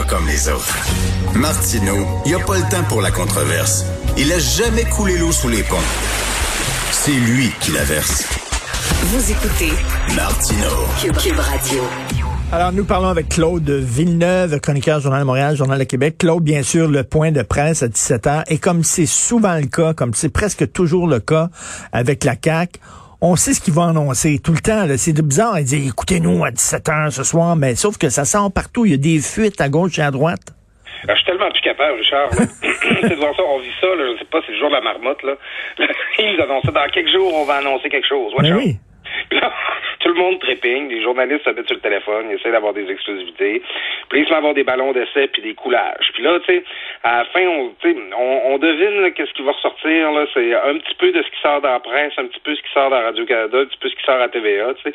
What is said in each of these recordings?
comme les autres. Martineau, il a pas le temps pour la controverse. Il a jamais coulé l'eau sous les ponts. C'est lui qui la verse. Vous écoutez Martineau. Cube Radio. Alors, nous parlons avec Claude Villeneuve, chroniqueur Journal de Montréal, Journal de Québec. Claude, bien sûr, le point de presse à 17h. Et comme c'est souvent le cas, comme c'est presque toujours le cas avec la CAQ, on sait ce qu'il va annoncer tout le temps. Là. C'est bizarre. Il dit, écoutez-nous à 17h ce soir, mais sauf que ça sort partout. Il y a des fuites à gauche et à droite. Je suis tellement plus capable, Richard. C'est de voir ça, on vit ça, là, je sais pas, c'est le jour de la marmotte, là. Ils nous annoncent ça. Dans quelques jours, on va annoncer quelque chose. Mais oui. Puis là, tout le monde trépigne, les journalistes se mettent sur le téléphone, ils essaient d'avoir des exclusivités, puis ils se mettent à avoir des ballons d'essai puis des coulages. Puis là, tu sais, à la fin, on devine là, qu'est-ce qui va ressortir, là, c'est un petit peu de ce qui sort dans la presse, un petit peu ce qui sort dans Radio-Canada, un petit peu ce qui sort à TVA, tu sais,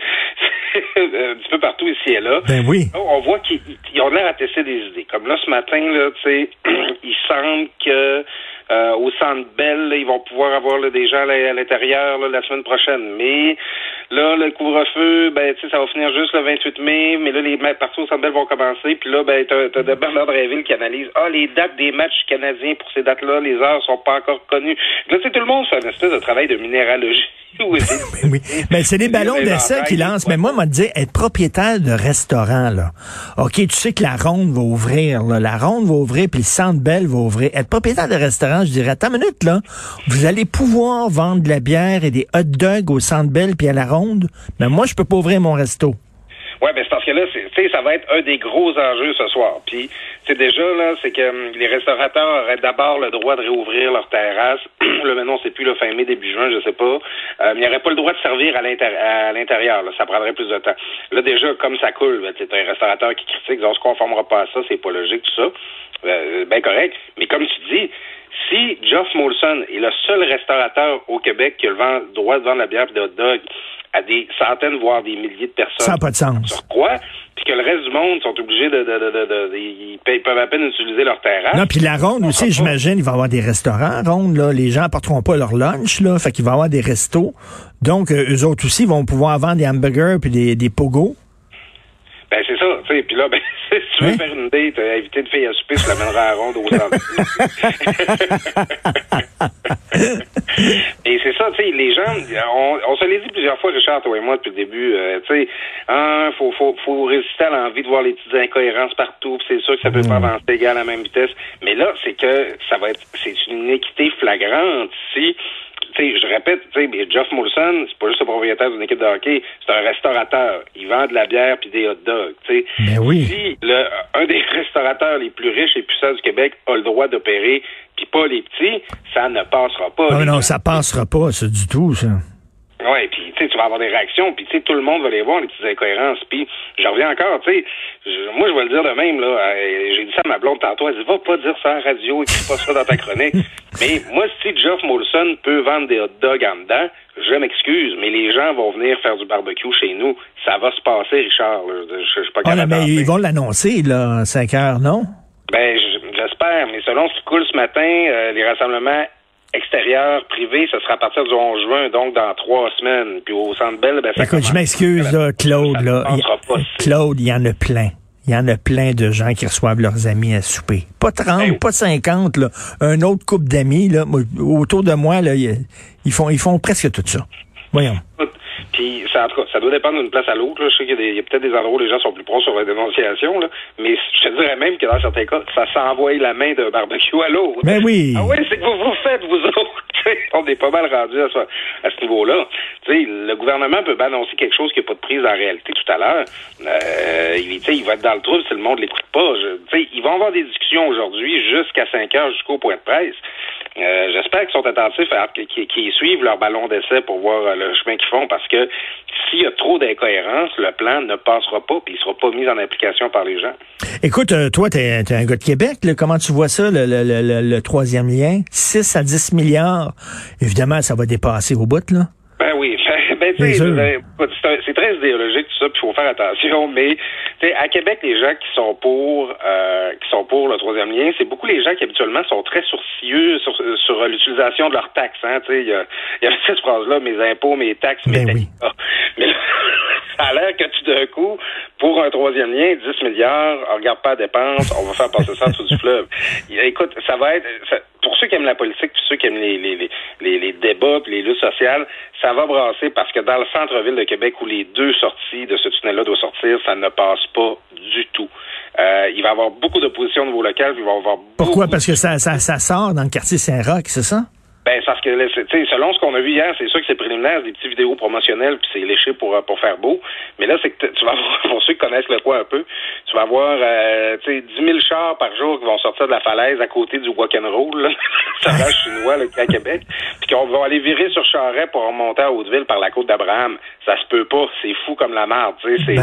un petit peu partout ici et là. Ben oui. Là, on voit qu'ils ont l'air à tester des idées. Comme là, ce matin, là, tu sais, il semble que au Centre Bell, là, ils vont pouvoir avoir là, des gens là, à l'intérieur là, la semaine prochaine. Mais là, le couvre-feu, ben, tu sais, ça va finir juste le 28 mai, mais là, les parties au Centre Bell vont commencer. Puis là, ben, t'as de Bernard Dréville qui analyse les dates des matchs canadiens pour ces dates-là, les heures sont pas encore connues. Là, tu sais, tout le monde fait un espèce de travail de minéralogie. Oui. Ben, c'est des ballons d'essai qui lancent. Mais moi, m'a dit, être propriétaire de restaurant, là. OK, tu sais que la Ronde va ouvrir, là. La Ronde va ouvrir, puis le Centre Bell va ouvrir. Être propriétaire de restaurant, je dirais, attends une minute, là. Vous allez pouvoir vendre de la bière et des hot dogs au Centre Bell puis à la Ronde. Mais moi, je peux pas ouvrir mon resto. Ouais, ben c'est parce que là, tu sais, ça va être un des gros enjeux ce soir. Puis, c'est déjà là, c'est que les restaurateurs auraient d'abord le droit de réouvrir leur terrasse. Là, maintenant, c'est plus le fin mai, début juin, je sais pas. Il n'y aurait pas le droit de servir à l'intérieur. Là, ça prendrait plus de temps. Là, déjà, comme ça coule, c'est un restaurateur qui critique, on se conformera pas à ça, c'est pas logique, tout ça. Ben correct. Mais comme tu dis, si Geoff Molson est le seul restaurateur au Québec qui a le droit de vendre la bière et des hot dogs à des centaines, voire des milliers de personnes. Ça n'a pas de sens. Sur quoi? Puis que le reste du monde sont obligés ils peuvent à peine utiliser leur terrasse. Non, puis la Ronde aussi, j'imagine, il va y avoir des restaurants, Ronde, là. Les gens n'apporteront pas leur lunch, là. Fait qu'il va y avoir des restos. Donc, eux autres aussi vont pouvoir vendre des hamburgers puis des pogos. Ben, c'est ça, tu sais. Puis là, ben, si tu veux faire une date, inviter une fille à souper, je l'amènerai à la Ronde au centre. Et c'est ça, tu sais, les gens, on se l'est dit plusieurs fois, Richard, toi et moi, depuis le début, tu sais, faut résister à l'envie de voir les petites incohérences partout, pis c'est sûr que ça peut pas avancer égal à la même vitesse. Mais là, c'est que c'est une inéquité flagrante ici. Tu sais, je répète, tu sais, Geoff Molson, c'est pas juste le propriétaire d'une équipe de hockey, c'est un restaurateur. Il vend de la bière puis des hot dogs, tu sais. Mais oui. Si un des restaurateurs les plus riches et puissants du Québec a le droit d'opérer, puis pas les petits, ça ne passera pas. Non, ça passera pas, ça, du tout, ça. Ouais, puis tu sais, tu vas avoir des réactions, puis tu sais, tout le monde va les voir, les petites incohérences. Puis je reviens encore, tu sais, moi je vais le dire de même, là, j'ai dit ça à ma blonde tantôt, elle dit, va pas dire ça à la radio, écris pas ça dans ta chronique. Mais moi, si Geoff Molson peut vendre des hot dogs en dedans, je m'excuse, mais les gens vont venir faire du barbecue chez nous. Ça va se passer, Richard, là. Je suis pas capable. Mais ils vont l'annoncer, là, 5 heures, non? Ben, j'espère, mais selon ce qui coule ce matin, les rassemblements extérieur, privé, ce sera à partir du 11 juin, donc dans 3 semaines. Puis au Centre Bell, ben ça. Écoute, je m'excuse, là, Claude, là. Claude, il y en a plein. Il y en a plein de gens qui reçoivent leurs amis à souper. Pas 30, pas 50, là. Un autre couple d'amis, là. Autour de moi, là, ils font presque tout ça. Voyons. Puis, en tout cas, ça doit dépendre d'une place à l'autre. Là. Je sais qu'il y a peut-être des endroits où les gens sont plus proches sur la dénonciation, là. Mais je te dirais même que dans certains cas, ça s'envoie la main d'un barbecue à l'autre. Mais oui. Ah oui, c'est que vous faites, vous autres. On est pas mal rendu à ce niveau-là. Tu sais, le gouvernement peut annoncer quelque chose qui n'a pas de prise en réalité tout à l'heure. Il va être dans le trouble si le monde l'écoute pas. Ils vont avoir des discussions aujourd'hui jusqu'à 5 heures jusqu'au point de presse. J'espère qu'ils sont attentifs qu'ils suivent leur ballon d'essai pour voir le chemin qu'ils font, parce que s'il y a trop d'incohérences, le plan ne passera pas puis il sera pas mis en application par les gens. Écoute, toi, t'es un gars de Québec, là. Comment tu vois ça, le troisième lien? 6 à 10 milliards. Évidemment, ça va dépasser au bout, là. Ben oui. C'est très idéologique tout ça, puis il faut faire attention, mais à Québec, les gens qui sont pour le troisième lien, c'est beaucoup les gens qui habituellement sont très sourcilleux sur l'utilisation de leurs taxes. Hein, il y a cette phrase-là, mes impôts, mes taxes, mes taxes. Oui. Mais là, Ça a l'air que tout d'un coup, pour un troisième lien, 10 milliards, on regarde pas la dépense, on va faire passer ça en dessous du fleuve. Écoute, ça va être... pour ceux qui aiment la politique, puis ceux qui aiment les débats, puis les luttes sociales, ça va brasser parce que dans le centre-ville de Québec, où les deux sorties de ce tunnel-là doivent sortir, ça ne passe pas du tout. Il va y avoir beaucoup d'opposition au niveau local, puis il va y avoir Pourquoi? Parce que ça sort dans le quartier Saint-Roch, c'est ça? Ben, parce que, selon ce qu'on a vu hier, c'est sûr que c'est préliminaire, des petites vidéos promotionnelles, puis c'est léché pour faire beau. Mais là, c'est que tu vas avoir, pour ceux qui connaissent le coin un peu, tu vas avoir, 10 000 chars par jour qui vont sortir de la falaise à côté du rock'n'roll, là, savage chinois, là, à Québec, puis qu'on va aller virer sur Charest pour remonter à Hauteville par la côte d'Abraham. Ça se peut pas, c'est fou comme la merde, tu sais.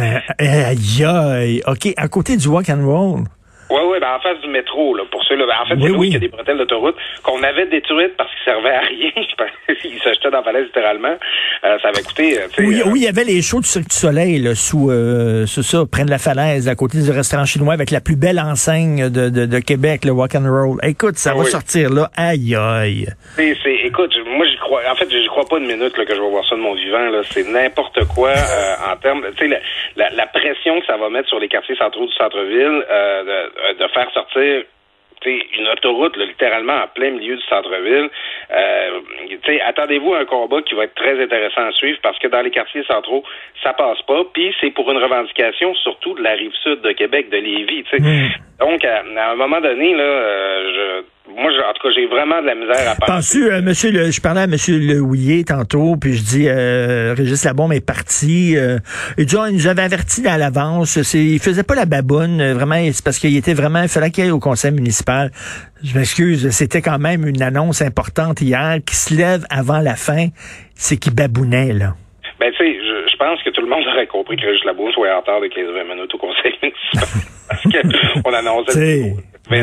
Aïe, OK, à côté du rock'n'roll. Oui, en face du métro, là, pour ceux-là. En fait, c'est là où il y a des bretelles d'autoroute qu'on avait détruites parce qu'ils servaient à rien. Ils se jetaient dans la falaise littéralement. Ça avait coûté... Oui, il y avait les shows du Cirque du Soleil, là, c'est ça, près de la falaise, à côté du restaurant chinois, avec la plus belle enseigne de Québec, le rock'n'roll. Écoute, ça va sortir là. Aïe. Écoute, moi, j'y crois. En fait, j'y crois pas une minute là, que je vais voir ça de mon vivant. Là. C'est n'importe quoi en termes... Tu sais, la pression que ça va mettre sur les quartiers centraux du centre-ville, de faire sortir une autoroute là, littéralement en plein milieu du centre-ville. Attendez-vous à un combat qui va être très intéressant à suivre parce que dans les quartiers centraux, ça passe pas. Puis c'est pour une revendication surtout de la rive sud de Québec, de Lévis. Donc, à un moment donné, là, en tout cas, j'ai vraiment de la misère à penser. Penses-tu, je parlais à M. Lehouillier tantôt, puis je dis, Régis Labombe est parti. Il dit, il nous avait averti à l'avance. Il faisait pas la baboune, vraiment, c'est parce qu'il fallait qu'il aille au conseil municipal. Je m'excuse, c'était quand même une annonce importante hier, qui se lève avant la fin, c'est qu'il babounait, là. Ben, tu sais, je pense que tout le monde aurait compris que Régis Labombe soit en retard de 15-20 minutes au conseil municipal. Parce qu'on annonçait...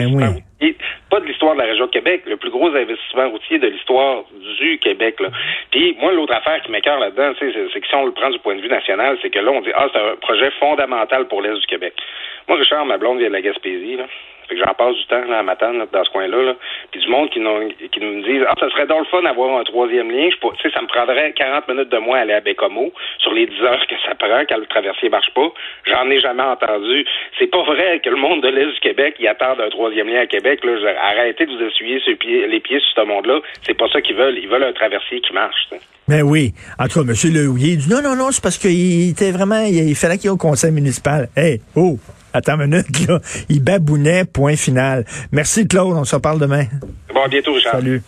Pas de l'histoire de la région de Québec, le plus gros investissement routier de l'histoire du Québec. Là. Puis moi, l'autre affaire qui m'écoeure là-dedans, c'est que si on le prend du point de vue national, c'est que là, on dit c'est un projet fondamental pour l'Est du Québec. Moi, Richard, ma blonde vient de la Gaspésie, là. Fait que j'en passe du temps là, à m'attendre dans ce coin-là. Là. Puis du monde qui nous disent ça serait donc le fun d'avoir un troisième lien. Ça me prendrait 40 minutes de moins à aller à Bécomo sur les 10 heures que ça prend quand le traversier marche pas. J'en ai jamais entendu. C'est pas vrai que le monde de l'Est du Québec il attend un troisième lien à Québec. Là. Arrêtez de vous essuyer les pieds sur ce monde-là. C'est pas ça qu'ils veulent. Ils veulent un traversier qui marche. T'sais. Ben oui. En tout cas, M. Lehouillier dit non, c'est parce qu'il était vraiment... Il fallait qu'il y ait au conseil municipal. Attends une minute, là. Il babounait, point final. Merci, Claude. On se reparle demain. Bon, à bientôt, Richard. Salut.